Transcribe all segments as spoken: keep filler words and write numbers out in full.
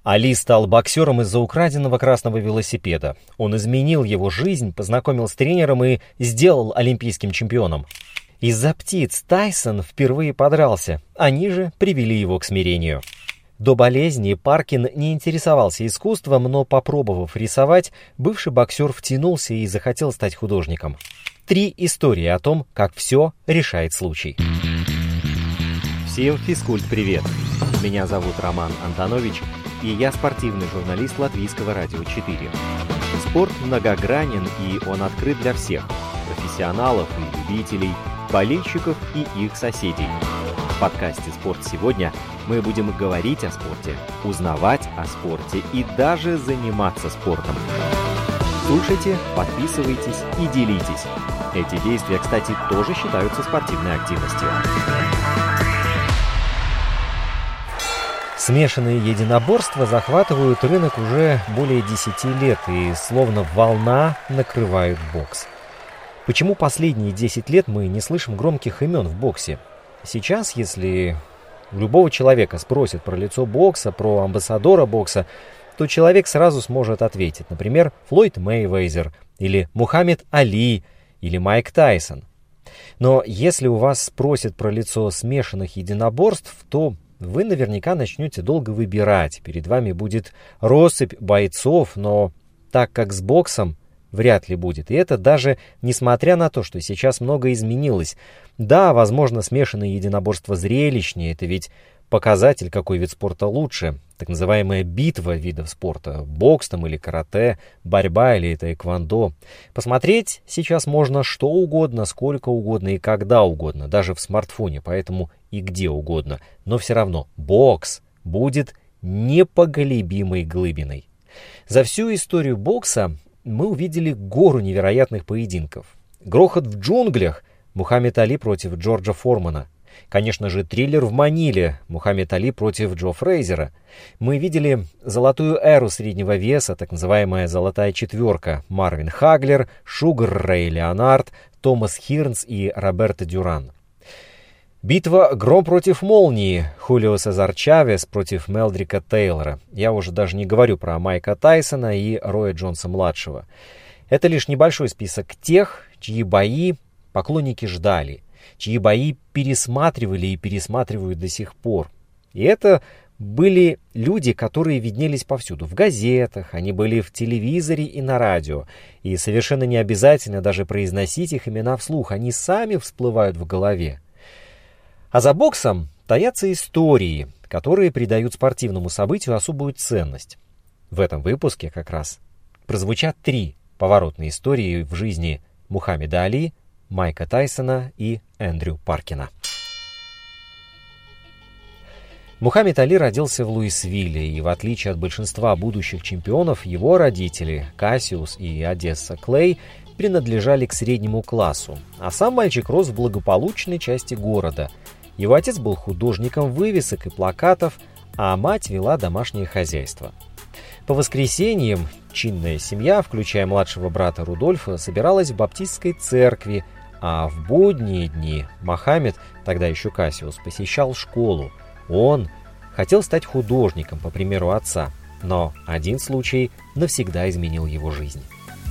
Али стал боксером из-за украденного красного велосипеда. Он изменил его жизнь, познакомил с тренером и сделал олимпийским чемпионом. Из-за птиц Тайсон впервые подрался, они же привели его к смирению. До болезни Паркин не интересовался искусством, но, попробовав рисовать, бывший боксер втянулся и захотел стать художником. Три истории о том, как все решает случай. Всем физкульт-привет! Меня зовут Роман Антонович, и я спортивный журналист Латвийского радио четыре. Спорт многогранен, и он открыт для всех – профессионалов и любителей, болельщиков и их соседей. В подкасте «Спорт сегодня» мы будем говорить о спорте, узнавать о спорте и даже заниматься спортом. Слушайте, подписывайтесь и делитесь. Эти действия, кстати, тоже считаются спортивной активностью. Смешанные единоборства захватывают рынок уже более десяти лет и словно волна накрывают бокс. Почему последние десять лет мы не слышим громких имен в боксе? Сейчас, если любого человека спросят про лицо бокса, про амбассадора бокса, то человек сразу сможет ответить. Например, Флойд Мейвезер, или Мухаммед Али, или Майк Тайсон. Но если у вас спросят про лицо смешанных единоборств, то вы наверняка начнете долго выбирать. Перед вами будет россыпь бойцов, но так как с боксом вряд ли будет. И это даже несмотря на то, что сейчас многое изменилось. Да, возможно, смешанные единоборства зрелищнее. Это ведь показатель, какой вид спорта лучше. Так называемая битва видов спорта. Бокс там или карате, борьба или тэквондо. Посмотреть сейчас можно что угодно, сколько угодно и когда угодно. Даже в смартфоне, поэтому и где угодно. Но все равно бокс будет непоколебимой глыбиной. За всю историю бокса мы увидели гору невероятных поединков. Грохот в джунглях — Мухаммед Али против Джорджа Формана. Конечно же, триллер в Маниле — Мухаммед Али против Джо Фрейзера. Мы видели золотую эру среднего веса, так называемая «золотая четверка» — Марвин Хаглер, Шугар Рэй Леонард, Томас Хирнс и Роберто Дюран. Битва «Гром против молнии» — Хулио Сезар Чавес против Мелдрика Тейлора. Я уже даже не говорю про Майка Тайсона и Роя Джонса-младшего. Это лишь небольшой список тех, чьи бои поклонники ждали, чьи бои пересматривали и пересматривают до сих пор. И это были люди, которые виднелись повсюду. В газетах, они были в телевизоре и на радио. И совершенно не обязательно даже произносить их имена вслух. Они сами всплывают в голове. А за боксом таятся истории, которые придают спортивному событию особую ценность. В этом выпуске как раз прозвучат три поворотные истории в жизни Мухаммеда Али, Майка Тайсона и Эндрю Паркина. Мухаммед Али родился в Луисвилле, и в отличие от большинства будущих чемпионов, его родители, Кассиус и Одесса Клей, принадлежали к среднему классу, а сам мальчик рос в благополучной части города. Его отец был художником вывесок и плакатов, а мать вела домашнее хозяйство. По воскресеньям чинная семья, включая младшего брата Рудольфа, собиралась в баптистской церкви, а в будние дни Мохаммед, тогда еще Кассиус, посещал школу. Он хотел стать художником, по примеру отца, но один случай навсегда изменил его жизнь.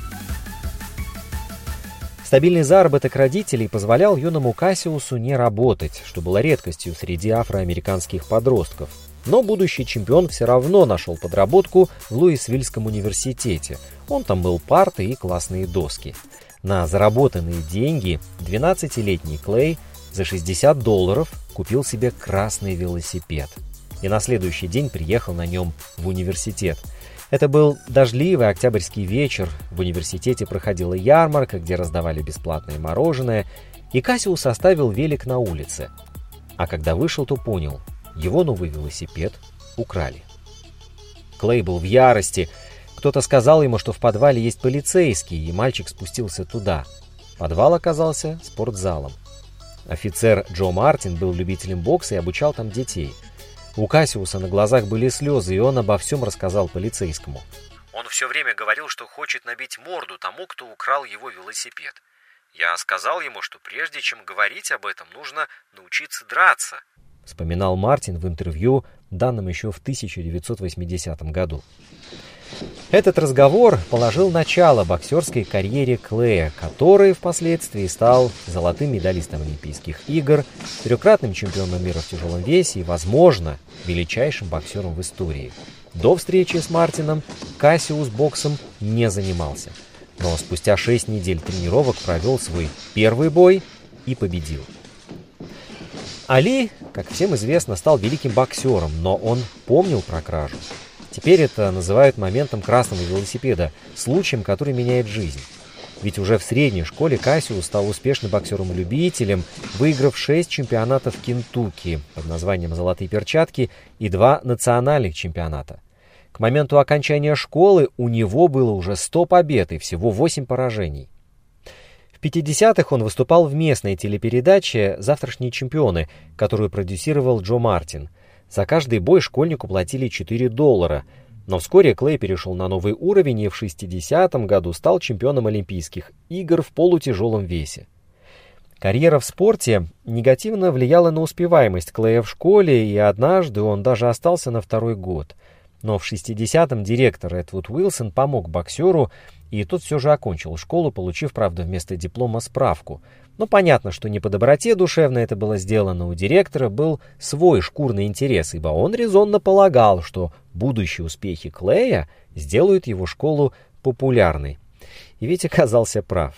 Стабильный заработок родителей позволял юному Кассиусу не работать, что было редкостью среди афроамериканских подростков. Но будущий чемпион все равно нашел подработку в Луисвильском университете. Он там был парты и классные доски. На заработанные деньги двенадцатилетний Клей за шестьдесят долларов купил себе красный велосипед. И на следующий день приехал на нем в университет. Это был дождливый октябрьский вечер, в университете проходила ярмарка, где раздавали бесплатное мороженое, и Кассиус оставил велик на улице. А когда вышел, то понял, его новый велосипед украли. Клей был в ярости. Кто-то сказал ему, что в подвале есть полицейский, и мальчик спустился туда. Подвал оказался спортзалом. Офицер Джо Мартин был любителем бокса и обучал там детей. У Кассиуса на глазах были слезы, и он обо всем рассказал полицейскому. Он все время говорил, что хочет набить морду тому, кто украл его велосипед. Я сказал ему, что прежде чем говорить об этом, нужно научиться драться. Вспоминал Мартин в интервью данным еще в тысяча девятьсот восьмидесятом году. Этот разговор положил начало боксерской карьере Клея, который впоследствии стал золотым медалистом Олимпийских игр, трехкратным чемпионом мира в тяжелом весе и, возможно, величайшим боксером в истории. До встречи с Мартином Кассиус боксом не занимался, но спустя шесть недель тренировок провел свой первый бой и победил. Али, как всем известно, стал великим боксером, но он помнил про кражу. Теперь это называют моментом красного велосипеда, случаем, который меняет жизнь. Ведь уже в средней школе Кассиус стал успешным боксером-любителем, выиграв шесть чемпионатов Кентукки под названием «Золотые перчатки» и два национальных чемпионата. К моменту окончания школы у него было уже сто побед и всего восемь поражений. В пятидесятых он выступал в местной телепередаче «Завтрашние чемпионы», которую продюсировал Джо Мартин. За каждый бой школьнику платили четыре доллара, но вскоре Клей перешел на новый уровень и в шестидесятом году стал чемпионом Олимпийских игр в полутяжелом весе. Карьера в спорте негативно влияла на успеваемость Клея в школе, и однажды он даже остался на второй год. Но в шестидесятом директор Эдвуд Уилсон помог боксеру, и тот все же окончил школу, получив, правда, вместо диплома справку. Но понятно, что не по доброте душевно это было сделано. У директора был свой шкурный интерес, ибо он резонно полагал, что будущие успехи Клея сделают его школу популярной. И ведь оказался прав.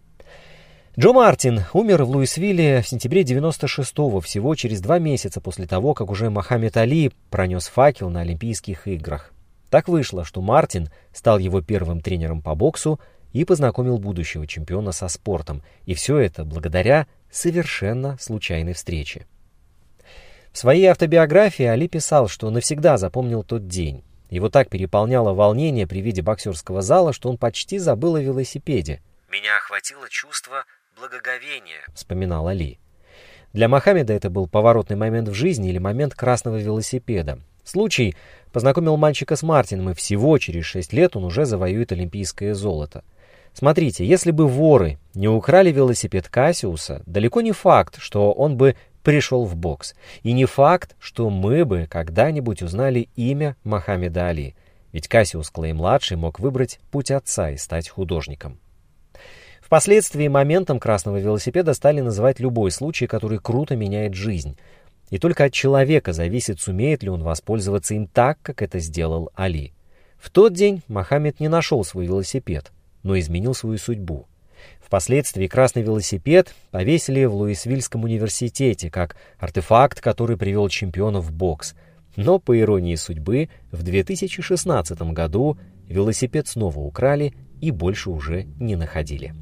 Джо Мартин умер в Луисвилле в сентябре девяносто шестого, всего через два месяца после того, как уже Мохаммед Али пронес факел на Олимпийских играх. Так вышло, что Мартин стал его первым тренером по боксу и познакомил будущего чемпиона со спортом. И все это благодаря совершенно случайной встрече. В своей автобиографии Али писал, что навсегда запомнил тот день. Его так переполняло волнение при виде боксерского зала, что он почти забыл о велосипеде. «Меня охватило чувство благоговения», — вспоминал Али. Для Мохаммеда это был поворотный момент в жизни или момент красного велосипеда. Случай познакомил мальчика с Мартином, и всего через шесть лет он уже завоюет олимпийское золото. Смотрите, если бы воры не украли велосипед Кассиуса, далеко не факт, что он бы пришел в бокс. И не факт, что мы бы когда-нибудь узнали имя Мохаммеда Али. Ведь Кассиус Клей-младший мог выбрать путь отца и стать художником. Впоследствии моментом красного велосипеда стали называть любой случай, который круто меняет жизнь. И только от человека зависит, сумеет ли он воспользоваться им так, как это сделал Али. В тот день Мохаммед не нашел свой велосипед, но изменил свою судьбу. Впоследствии красный велосипед повесили в Луисвильском университете как артефакт, который привел чемпиона в бокс. Но, по иронии судьбы, в две тысячи шестнадцатом году велосипед снова украли и больше уже не находили.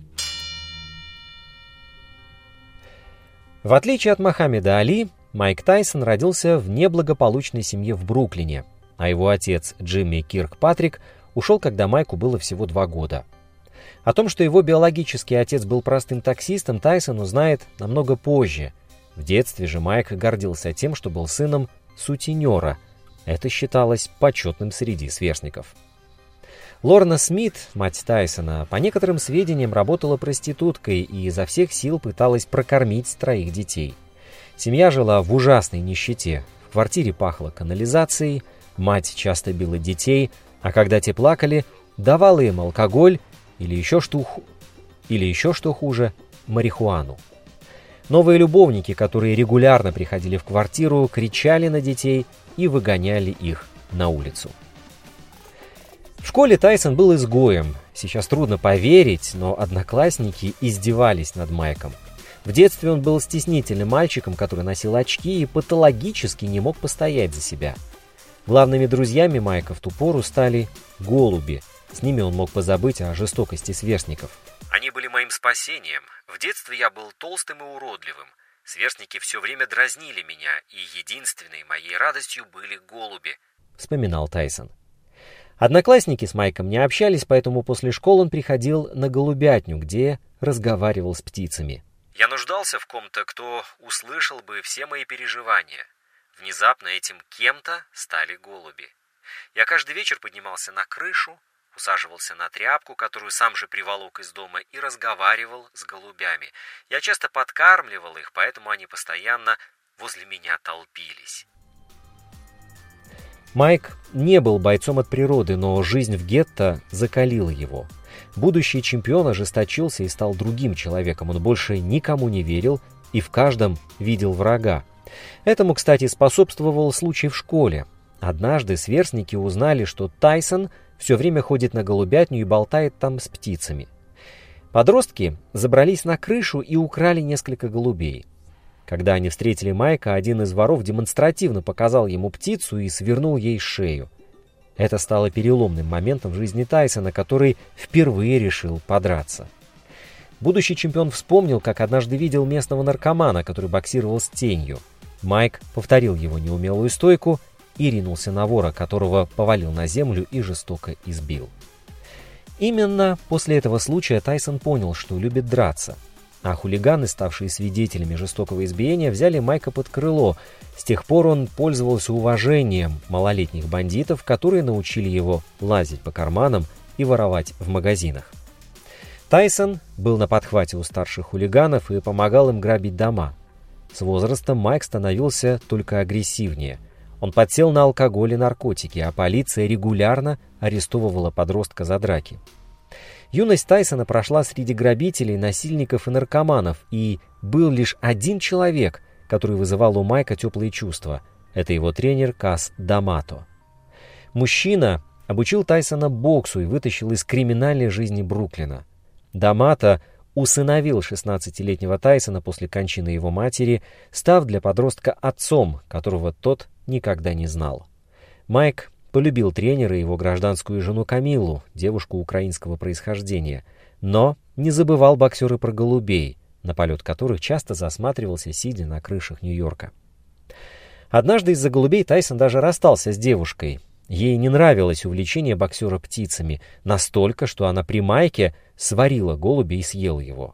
В отличие от Мохаммеда Али, Майк Тайсон родился в неблагополучной семье в Бруклине, а его отец Джимми Киркпатрик ушел, когда Майку было всего два года. О том, что его биологический отец был простым таксистом, Тайсон узнает намного позже. В детстве же Майк гордился тем, что был сыном сутенера. Это считалось почетным среди сверстников. Лорна Смит, мать Тайсона, по некоторым сведениям работала проституткой и изо всех сил пыталась прокормить троих детей. Семья жила в ужасной нищете. В квартире пахло канализацией, мать часто била детей, а когда те плакали, давала им алкоголь или еще что, или еще что хуже, марихуану. Новые любовники, которые регулярно приходили в квартиру, кричали на детей и выгоняли их на улицу. В школе Тайсон был изгоем. Сейчас трудно поверить, но одноклассники издевались над Майком. В детстве он был стеснительным мальчиком, который носил очки и патологически не мог постоять за себя. Главными друзьями Майка в ту пору стали голуби. С ними он мог позабыть о жестокости сверстников. «Они были моим спасением. В детстве я был толстым и уродливым. Сверстники все время дразнили меня, и единственной моей радостью были голуби», — вспоминал Тайсон. Одноклассники с Майком не общались, поэтому после школы он приходил на голубятню, где разговаривал с птицами. «Я нуждался в ком-то, кто услышал бы все мои переживания. Внезапно этим кем-то стали голуби. Я каждый вечер поднимался на крышу, усаживался на тряпку, которую сам же приволок из дома, и разговаривал с голубями. Я часто подкармливал их, поэтому они постоянно возле меня толпились». Майк не был бойцом от природы, но жизнь в гетто закалила его. Будущий чемпион ожесточился и стал другим человеком. Он больше никому не верил и в каждом видел врага. Этому, кстати, способствовал случай в школе. Однажды сверстники узнали, что Тайсон все время ходит на голубятню и болтает там с птицами. Подростки забрались на крышу и украли несколько голубей. Когда они встретили Майка, один из воров демонстративно показал ему птицу и свернул ей шею. Это стало переломным моментом в жизни Тайсона, который впервые решил подраться. Будущий чемпион вспомнил, как однажды видел местного наркомана, который боксировал с тенью. Майк повторил его неумелую стойку и ринулся на вора, которого повалил на землю и жестоко избил. Именно после этого случая Тайсон понял, что любит драться. А хулиганы, ставшие свидетелями жестокого избиения, взяли Майка под крыло. С тех пор он пользовался уважением малолетних бандитов, которые научили его лазить по карманам и воровать в магазинах. Тайсон был на подхвате у старших хулиганов и помогал им грабить дома. С возрастом Майк становился только агрессивнее. Он подсел на алкоголь и наркотики, а полиция регулярно арестовывала подростка за драки. Юность Тайсона прошла среди грабителей, насильников и наркоманов, и был лишь один человек, который вызывал у Майка теплые чувства. Это его тренер Каз Дамато. Мужчина обучил Тайсона боксу и вытащил из криминальной жизни Бруклина. Дамато усыновил шестнадцатилетнего Тайсона после кончины его матери, став для подростка отцом, которого тот никогда не знал. Майк полюбил тренера и его гражданскую жену Камилу, девушку украинского происхождения, но не забывал боксер и про голубей, на полет которых часто засматривался, сидя на крышах Нью-Йорка. Однажды из-за голубей Тайсон даже расстался с девушкой. Ей не нравилось увлечение боксера птицами, настолько, что она при Майке сварила голубя и съела его.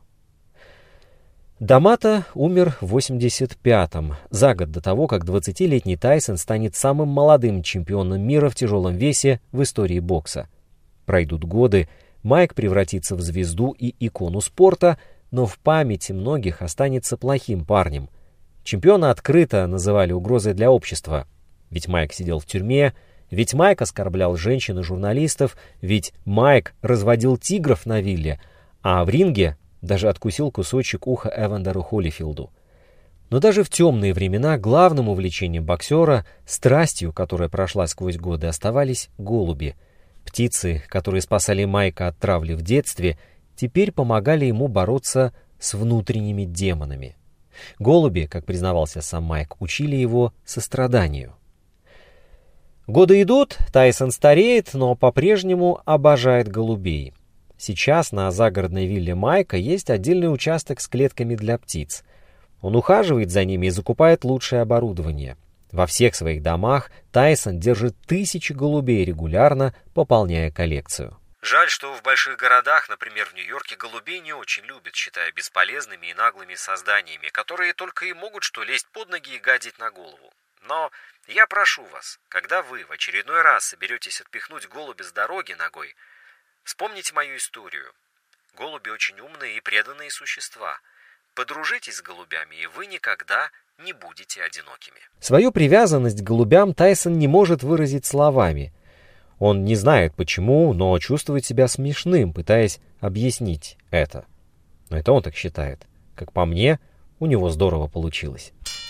Дамато умер в восемьдесят пятом, за год до того, как двадцатилетний Тайсон станет самым молодым чемпионом мира в тяжелом весе в истории бокса. Пройдут годы, Майк превратится в звезду и икону спорта, но в памяти многих останется плохим парнем. Чемпиона открыто называли угрозой для общества. Ведь Майк сидел в тюрьме, ведь Майк оскорблял женщин и журналистов, ведь Майк разводил тигров на вилле, а в ринге даже откусил кусочек уха Эвандеру Холлифилду. Но даже в темные времена главным увлечением боксера, страстью, которая прошла сквозь годы, оставались голуби. Птицы, которые спасали Майка от травли в детстве, теперь помогали ему бороться с внутренними демонами. Голуби, как признавался сам Майк, учили его состраданию. Годы идут, Тайсон стареет, но по-прежнему обожает голубей. Сейчас на загородной вилле Майка есть отдельный участок с клетками для птиц. Он ухаживает за ними и закупает лучшее оборудование. Во всех своих домах Тайсон держит тысячи голубей регулярно, пополняя коллекцию. Жаль, что в больших городах, например, в Нью-Йорке, голубей не очень любят, считая бесполезными и наглыми созданиями, которые только и могут что лезть под ноги и гадить на голову. Но я прошу вас, когда вы в очередной раз соберетесь отпихнуть голубя с дороги ногой, вспомните мою историю. Голуби очень умные и преданные существа. Подружитесь с голубями, и вы никогда не будете одинокими. Свою привязанность к голубям Тайсон не может выразить словами. Он не знает почему, но чувствует себя смешным, пытаясь объяснить это. Но это он так считает. Как по мне, у него здорово получилось.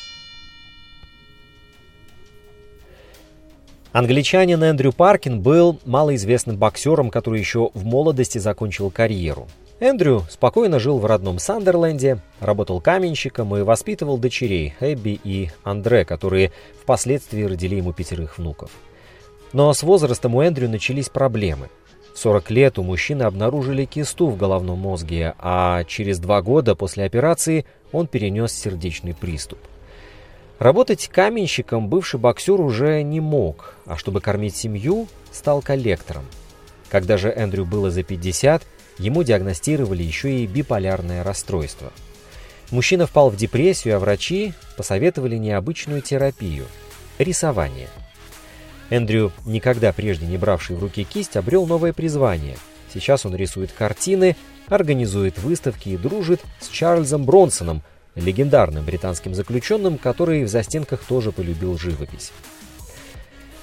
Англичанин Эндрю Паркин был малоизвестным боксером, который еще в молодости закончил карьеру. Эндрю спокойно жил в родном Сандерленде, работал каменщиком и воспитывал дочерей Эбби и Андре, которые впоследствии родили ему пятерых внуков. Но с возрастом у Эндрю начались проблемы. В сорок лет у мужчины обнаружили кисту в головном мозге, а через два года после операции он перенес сердечный приступ. Работать каменщиком бывший боксер уже не мог, а чтобы кормить семью, стал коллектором. Когда же Эндрю было за пятьдесят, ему диагностировали еще и биполярное расстройство. Мужчина впал в депрессию, а врачи посоветовали необычную терапию – рисование. Эндрю, никогда прежде не бравший в руки кисть, обрел новое призвание. Сейчас он рисует картины, организует выставки и дружит с Чарльзом Бронсоном, легендарным британским заключенным, который в застенках тоже полюбил живопись.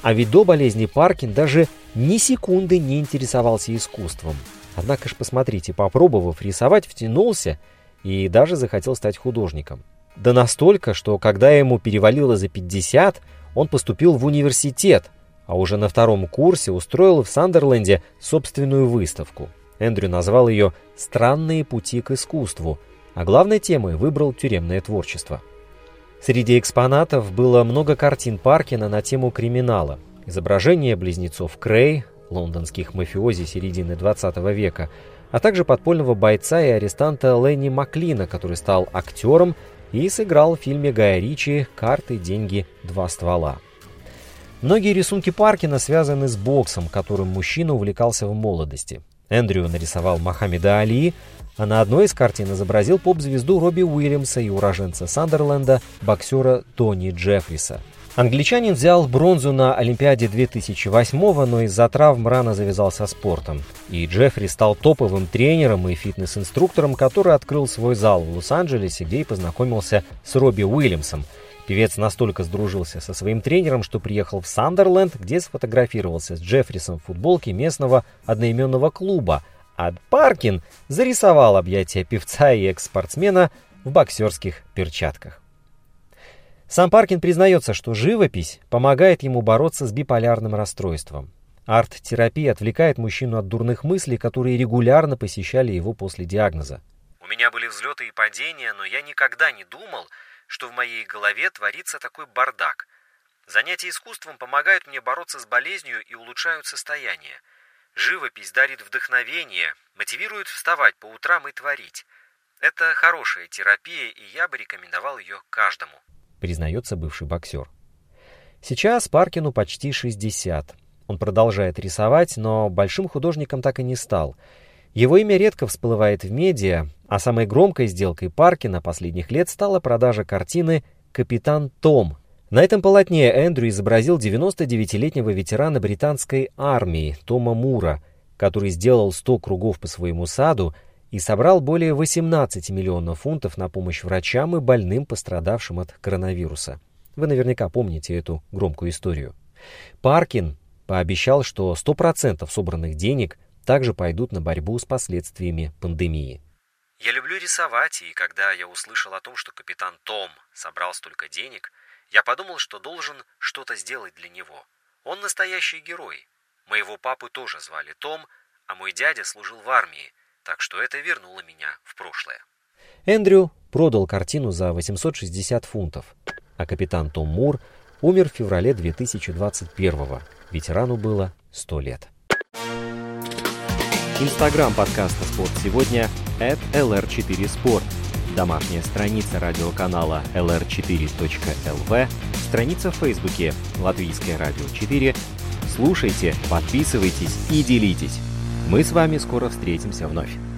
А ведь до болезни Паркин даже ни секунды не интересовался искусством. Однако ж, посмотрите, попробовав рисовать, втянулся и даже захотел стать художником. Да настолько, что когда ему перевалило за пятьдесят, он поступил в университет, а уже на втором курсе устроил в Сандерленде собственную выставку. Эндрю назвал ее «Странные пути к искусству», а главной темой выбрал тюремное творчество. Среди экспонатов было много картин Паркина на тему криминала, изображения близнецов Крей, лондонских мафиози середины двадцатого века, а также подпольного бойца и арестанта Ленни Маклина, который стал актером и сыграл в фильме Гая Ричи «Карты, деньги, два ствола». Многие рисунки Паркина связаны с боксом, которым мужчина увлекался в молодости. Эндрю нарисовал Мохаммеда Али, а на одной из картин изобразил поп-звезду Робби Уильямса и уроженца Сандерленда, боксера Тони Джеффриса. Англичанин взял бронзу на Олимпиаде две тысячи восьмого, но из-за травм рано завязал со спортом. И Джеффри стал топовым тренером и фитнес-инструктором, который открыл свой зал в Лос-Анджелесе, где и познакомился с Робби Уильямсом. Певец настолько сдружился со своим тренером, что приехал в Сандерленд, где сфотографировался с Джеффрисом в футболке местного одноименного клуба, а Паркин зарисовал объятия певца и экс-спортсмена в боксерских перчатках. Сам Паркин признается, что живопись помогает ему бороться с биполярным расстройством. Арт-терапия отвлекает мужчину от дурных мыслей, которые регулярно посещали его после диагноза. «У меня были взлеты и падения, но я никогда не думал, что в моей голове творится такой бардак. Занятия искусством помогают мне бороться с болезнью и улучшают состояние. Живопись дарит вдохновение, мотивирует вставать по утрам и творить. Это хорошая терапия, и я бы рекомендовал ее каждому», признается бывший боксер. Сейчас Паркину почти шестьдесят. Он продолжает рисовать, но большим художником так и не стал. Его имя редко всплывает в медиа, а самой громкой сделкой Паркина последних лет стала продажа картины «Капитан Том». На этом полотне Эндрю изобразил девяностодевятилетнего ветерана британской армии Тома Мура, который сделал сто кругов по своему саду и собрал более восемнадцати миллионов фунтов на помощь врачам и больным, пострадавшим от коронавируса. Вы наверняка помните эту громкую историю. Паркин пообещал, что сто процентов собранных денег также пойдут на борьбу с последствиями пандемии. «Я люблю рисовать, и когда я услышал о том, что капитан Том собрал столько денег, я подумал, что должен что-то сделать для него. Он настоящий герой. Моего папу тоже звали Том, а мой дядя служил в армии, так что это вернуло меня в прошлое». Эндрю продал картину за восемьсот шестьдесят фунтов, а капитан Том Мур умер в феврале две тысячи двадцать первого. Ветерану было сто лет. Инстаграм подкаста «Спорт сегодня» эт эл эр четыре спорт. Домашняя страница радиоканала эл эр четыре точка эл ви, страница в Фейсбуке «Латвийское радио четыре». Слушайте, подписывайтесь и делитесь. Мы с вами скоро встретимся вновь.